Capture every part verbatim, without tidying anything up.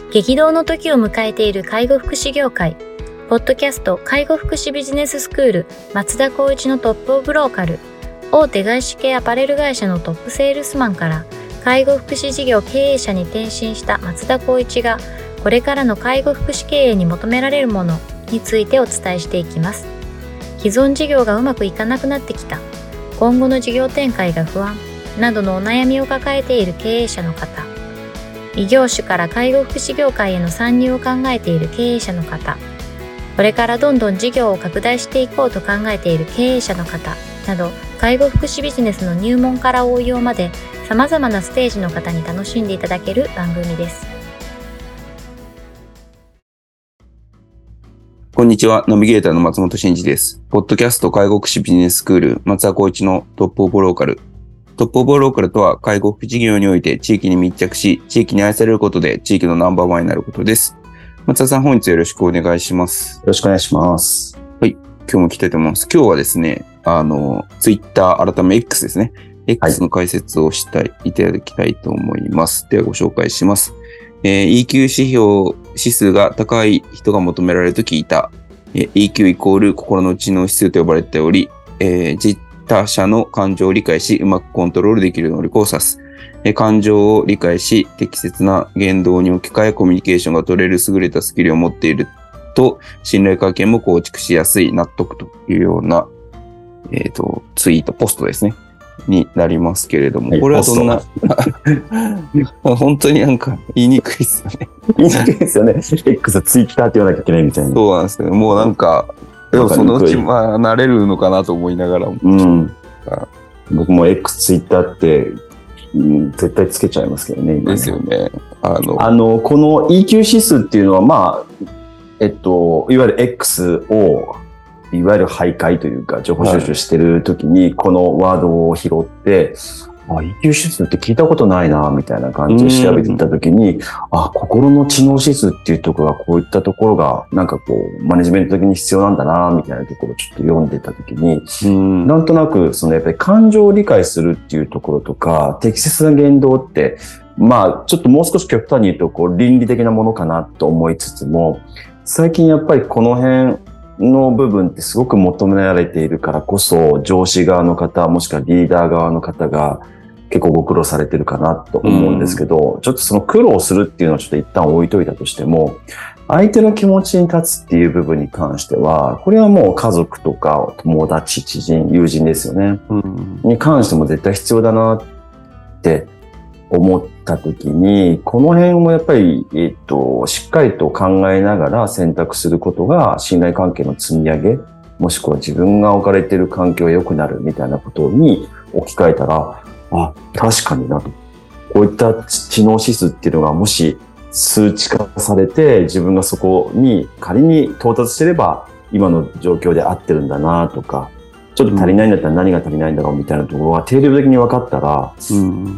激動の時を迎えている介護福祉業界。ポッドキャスト介護福祉ビジネススクール松田光一のトップオブローカル。大手外資系アパレル会社のトップセールスマンから介護福祉事業経営者に転身した松田光一が、これからの介護福祉経営に求められるものについてお伝えしていきます。既存事業がうまくいかなくなってきた、今後の事業展開が不安などのお悩みを抱えている経営者の方、異業種から介護福祉業界への参入を考えている経営者の方、これからどんどん事業を拡大していこうと考えている経営者の方など、介護福祉ビジネスの入門から応用まで様々なステージの方に楽しんでいただける番組です。 こんにちは、ナビゲーターの松本真嗣です。ポッドキャスト介護福祉ビジネススクール松田光一のトップオブローカル。トップオブローカルとは、介護福祉事業において地域に密着し、地域に愛されることで地域のナンバーワンになることです。松田さん、本日よろしくお願いします。 よろしくお願いします。 はい、今日も来たいと思います。今日はですね、あの、ツイッター改め X ですね。X の解説をしたい、いただきたいと思います。ではご紹介します。えー、イーキュー 指標指数が高い人が求められると聞いた。えー、イーキュー イコール心の知能指数と呼ばれており、えー、自他者の感情を理解し、うまくコントロールできる能力を指す。えー、感情を理解し、適切な言動に置き換えコミュニケーションが取れる優れたスキルを持っていると、信頼関係も構築しやすい、納得というような、えっと、ツイート、ポストですね。になりますけれども、はい、これはどんな本当になんか言いにくいですよね。 言いにくいですよね。X、ツイッターって言わなきゃいけないみたいな。 そうなんですけど、もうなんか、でもそのうちまあ慣れるのかなと思いながらも。うん、 僕も X、ツイッターって、うん、絶対つけちゃいますけどね。 今ねですよね。あの、 あのこの イーキュー 指数っていうのは、まあ、えっと、いわゆる X を、いわゆる徘徊というか、情報収集してるときに、このワードを拾って、はい、あ、イーキュー 指数って聞いたことないな、みたいな感じで調べていったときに、あ、心の知能指数っていうところが、こういったところが、なんかこう、マネジメント的に必要なんだな、みたいなところをちょっと読んでたときに、んなんとなく、そのやっぱり感情を理解するっていうところとか、適切な言動って、まあ、ちょっともう少し極端に言うと、こう、倫理的なものかなと思いつつも、最近やっぱりこの辺、の部分ってすごく求められているからこそ、上司側の方、もしくはリーダー側の方が結構ご苦労されてるかなと思うんですけど、うん、ちょっとその苦労するっていうのはちょっと一旦置いといたとしても、相手の気持ちに立つっていう部分に関しては、これはもう家族とか友達、知人、友人ですよね。うん、に関しても絶対必要だなって思ったときに、この辺もやっぱり、えっと、しっかりと考えながら選択することが信頼関係の積み上げ、もしくは自分が置かれている環境が良くなるみたいなことに置き換えたら、あ、確かになと。こういった知能指数っていうのがもし数値化されて、自分がそこに仮に到達してれば、今の状況で合ってるんだなとか、ちょっと足りないんだったら何が足りないんだろうみたいなところが定量的に分かったら、うん、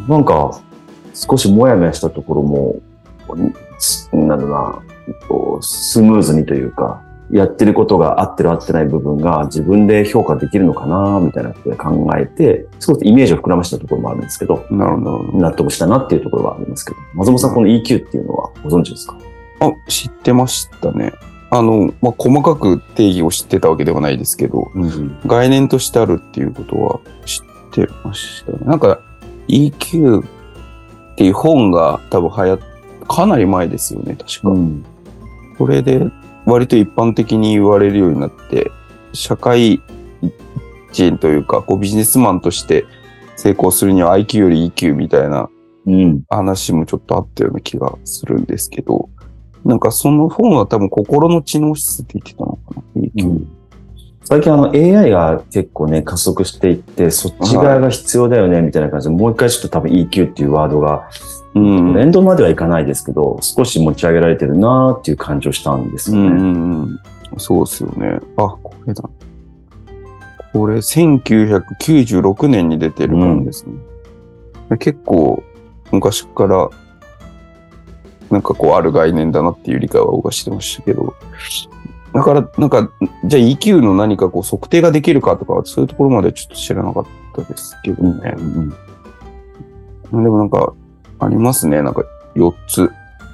なんか、少しもやもやしたところも、なんだろうな、スムーズにというか、やってることが合ってる合ってない部分が自分で評価できるのかな、みたいなことで考えて、すごくイメージを膨らましたところもあるんですけど、 なるほど。 納得したなっていうところはありますけど、松本さん、この イーキュー っていうのはご存知ですか？ あ、知ってましたね。あの、まあ、細かく定義を知ってたわけではないですけど、うん、概念としてあるっていうことは知ってましたね。なんか、イーキュー、っていう本が多分流行っかなり前ですよね、確か。うん、これで割と一般的に言われるようになって、社会人というか、こうビジネスマンとして成功するには アイキュー より イーキュー みたいな話もちょっとあったような気がするんですけど、なんかその本は多分心の知能指数って言ってたのかな、イーキュー。うん、 最近あの エーアイ が結構ね加速していって、そっち側が必要だよねみたいな感じで、はい、もう一回ちょっと多分 イーキュー っていうワードが、うん、連動まではいかないですけど、少し持ち上げられてるなーっていう感じをしたんですよね。うんうん、 そうですよね。あ、これだ。これせんきゅうひゃくきゅうじゅうろくねんに出てる本ですね。うん、結構昔からなんかこうある概念だなっていう理解は僕はしてましたけど、だから、なんか、じゃあ イーキュー の何かこう測定ができるかとか、そういうところまでちょっと知らなかったですけどね。うんうん、でもなんか、ありますね。なんかよっつ。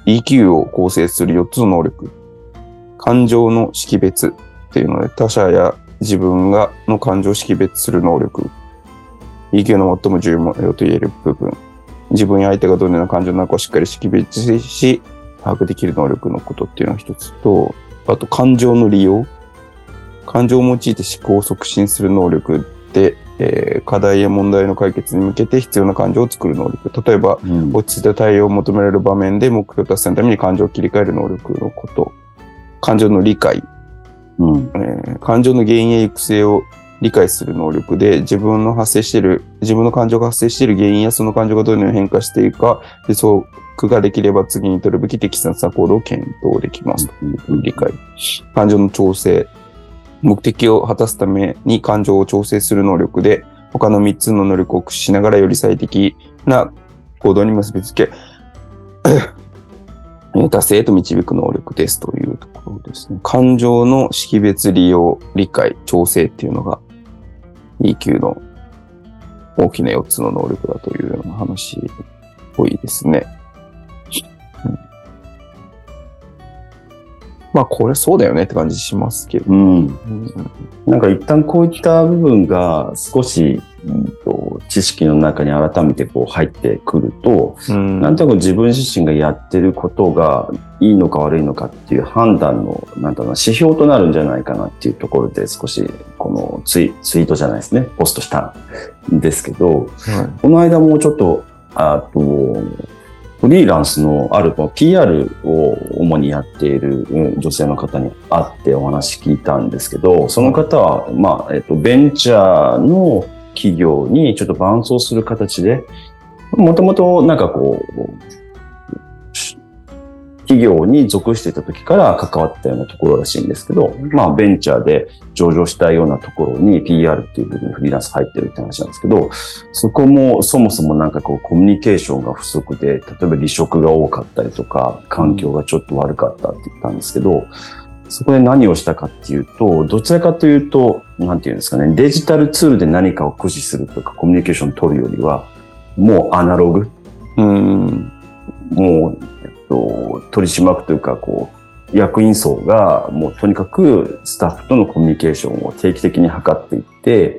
イーキュー を構成するよっつの能力。感情の識別っていうので、他者や自分がの感情を識別する能力。イーキュー の最も重要と言える部分。自分や相手がどのような感情なのかをしっかり識別し、把握できる能力のことっていうのが一つと、あと感情の利用。感情を用いて思考を促進する能力で、えー、課題や問題の解決に向けて必要な感情を作る能力。例えば、うん、落ち着いた対応を求められる場面で目標達成のために感情を切り替える能力のこと。感情の理解。うんえー、感情の原因や行く末を理解する能力で、自分の発生している、自分の感情が発生している原因やその感情がどのように変化しているか、予測ができれば次に取るべき適切な行動を検討できますという理解。感情の調整。目的を果たすために感情を調整する能力で、他のみっつの能力を駆使しながらより最適な行動に結びつけ、達成へと導く能力ですというところですね。感情の識別、利用、理解、調整っていうのが イーキュー の大きなよっつの能力だというような話っぽいですね。うん、まあこれそうだよねって感じしますけど。うん。うん、 なんか一旦こういった部分が少し、うんと、知識の中に改めてこう入ってくると、うん、なんとなく自分自身がやってることがいいのか悪いのかっていう判断の、なんだろうな、指標となるんじゃないかなっていうところで少しこのツイ、ツイートじゃないですね、ポストしたんですけど、はい、この間もちょっと、あと、フリーランスのある ピーアール を主にやっている女性の方に会ってお話聞いたんですけど、その方は、まあ、えっと、ベンチャーの企業にちょっと伴走する形で、もともとなんかこう、企業に属していた時から関わったようなところらしいんですけど、まあベンチャーで上場したようなところに ピーアール っていうふうにフリーランス入ってるって話なんですけど、そこもそもそもなんかこうコミュニケーションが不足で、例えば離職が多かったりとか、環境がちょっと悪かったって言ったんですけど、そこで何をしたかっていうと、どちらかというと、なんていうんですかね、デジタルツールで何かを駆使するとかコミュニケーションを取るよりは、もうアナログ。うん、もう、取り締まくというか、こう、役員層がもうとにかくスタッフとのコミュニケーションを定期的に測っていって、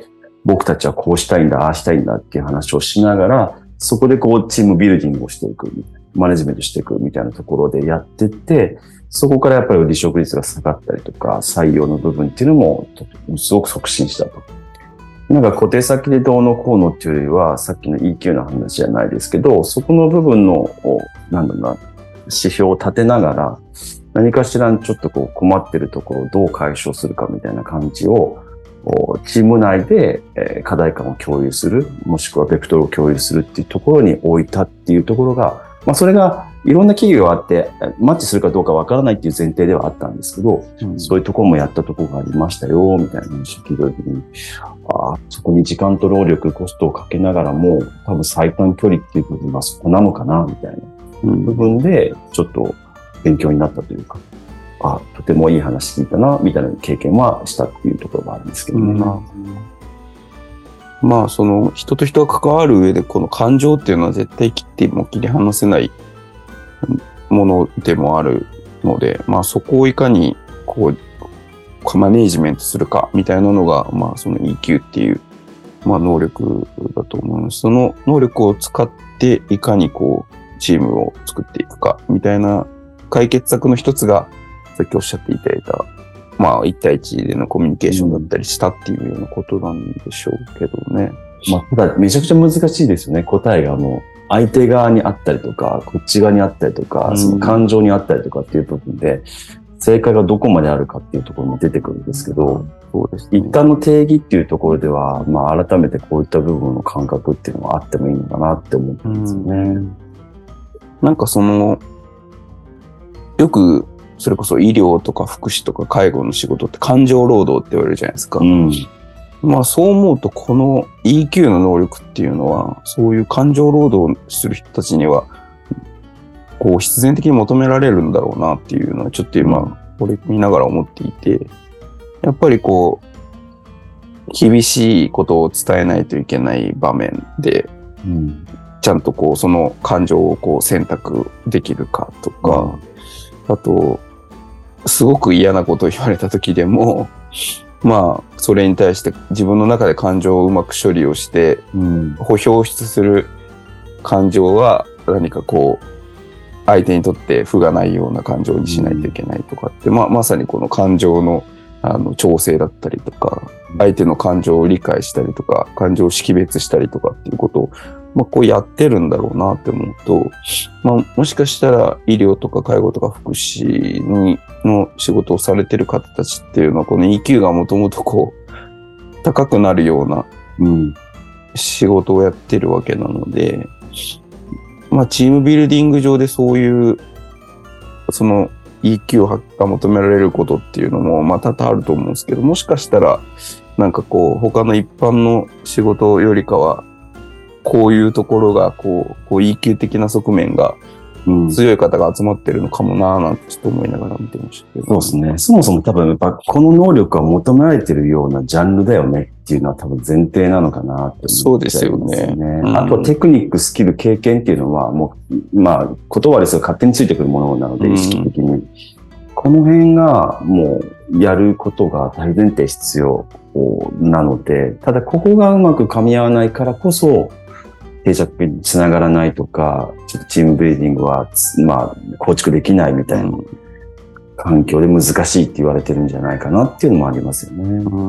僕たちはこうしたいんだ、ああしたいんだっていう話をしながら、そこでこうチームビルディングをしていく、マネジメントしていくみたいなところでやっていって、そこからやっぱり離職率が下がったりとか、採用の部分っていうのもすごく促進したと。なんか固定先でどうのこうのっていうよりは、さっきの イーキュー の話じゃないですけど、そこの部分の、なんだろうな、指標を立てながら、何かしらちょっとこう困ってるところをどう解消するかみたいな感じを、チーム内で課題感を共有する、もしくはベクトルを共有するっていうところに置いたっていうところが、まあそれがいろんな企業があって、マッチするかどうかわからないっていう前提ではあったんですけど、うん、そういうところもやったところがありましたよ、みたいな話を聞いたときに、ああ、そこに時間と労力、コストをかけながらも、多分最短距離っていう部分はそこなのかな、みたいな。部分でちょっと勉強になったというか、あ、とてもいい話聞いたなみたいな経験はしたっていうところがあるんですけどね。うん、 まあその人と人が関わる上でこの感情っていうのは絶対切っても切り離せないものでもあるので、まあそこをいかにこうマネージメントするかみたいなのがまあその イーキュー っていうまあ能力だと思います。その能力を使っていかにこうチームを作っていくか、みたいな解決策の一つが、さっきおっしゃっていただいた、まあ、一対一でのコミュニケーションだったりしたっていうようなことなんでしょうけどね。 まあ、ただ、めちゃくちゃ難しいですよね。答えがもう、相手側にあったりとか、こっち側にあったりとか、その感情にあったりとかっていう部分で、正解がどこまであるかっていうところも出てくるんですけど、そうですね、一旦の定義っていうところでは、まあ、改めてこういった部分の感覚っていうのはあってもいいのかなって思ってますよね。 なんかその、よく、それこそ医療とか福祉とか介護の仕事って感情労働って言われるじゃないですか。うん、まあそう思うとこの イーキュー の能力っていうのは、そういう感情労働する人たちには、こう必然的に求められるんだろうなっていうのはちょっと今、これ見ながら思っていて、やっぱりこう、厳しいことを伝えないといけない場面で、うんちゃんとこう、その感情をこう選択できるかとか、うん、あと、すごく嫌なことを言われた時でも、まあ、それに対して自分の中で感情をうまく処理をして、うん、表出する感情は何かこう、相手にとって負がないような感情にしないといけないとかって、うん、まあ、まさにこの感情の、あの調整だったりとか、相手の感情を理解したりとか、感情を識別したりとかっていうことを、まあ、こうやってるんだろうなって思うと、まあ、もしかしたら医療とか介護とか福祉にの仕事をされてる方たちっていうのは、この イーキュー がもともとこう、高くなるような、うん、仕事をやってるわけなので、まあ、チームビルディング上でそういう、その イーキュー が求められることっていうのも、まあ、多々あると思うんですけど、もしかしたら、なんかこう、他の一般の仕事よりかは、こういうところが、こう、こう イーキュー 的な側面が強い方が集まってるのかもなぁなんてちょっと思いながら見てましたけど。 そうですね。そもそも多分やっぱこの能力が求められてるようなジャンルだよねっていうのは多分前提なのかなって思っちゃいますね。 そうですよね。 うん、あとテクニック、スキル、経験っていうのはもう、まあ、言葉ですが勝手についてくるものなので、意識的に。うん、この辺がもうやることが大前提必要なので、ただここがうまく噛み合わないからこそ、定着につながらないとか、ちょっとチームビルディングは、まあ、構築できないみたいな環境で難しいって言われてるんじゃないかなっていうのもありますよね。 うん、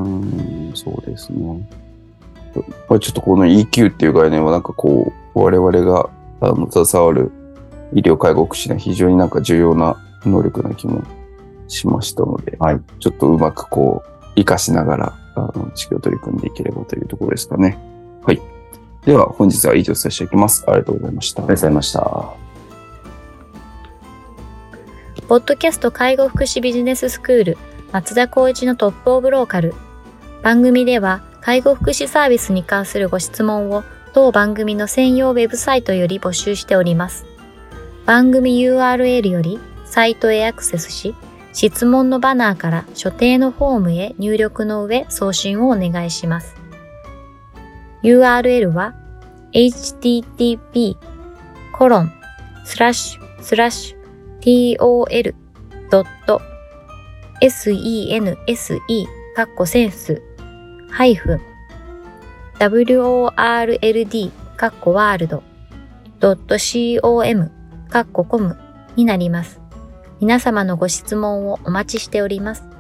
そうですね。やっぱりちょっとこの イーキュー っていう概念はなんかこう、我々があの携わる医療介護福祉には非常になんか重要な能力な気もしましたので、はい、ちょっとうまくこう、活かしながら、あの、治療を取り組んでいければというところですかね。はい。では、本日は以上させていただきます。ありがとうございました。 ありがとうございました。 ポッドキャスト介護福祉ビジネススクール松田光一のトップオブローカル。番組では介護福祉サービスに関するご質問を当番組の専用ウェブサイトより募集しております。番組 ユーアールエル よりサイトへアクセスし、質問のバナーから所定のフォームへ入力の上送信をお願いします。ユーアールエル は エイチティーティーピーコロンスラッシュスラッシュ トル ドット センス カッコセンスハイフン ウォールド カッコワールドドット コム カッココムになります。皆様のご質問をお待ちしております。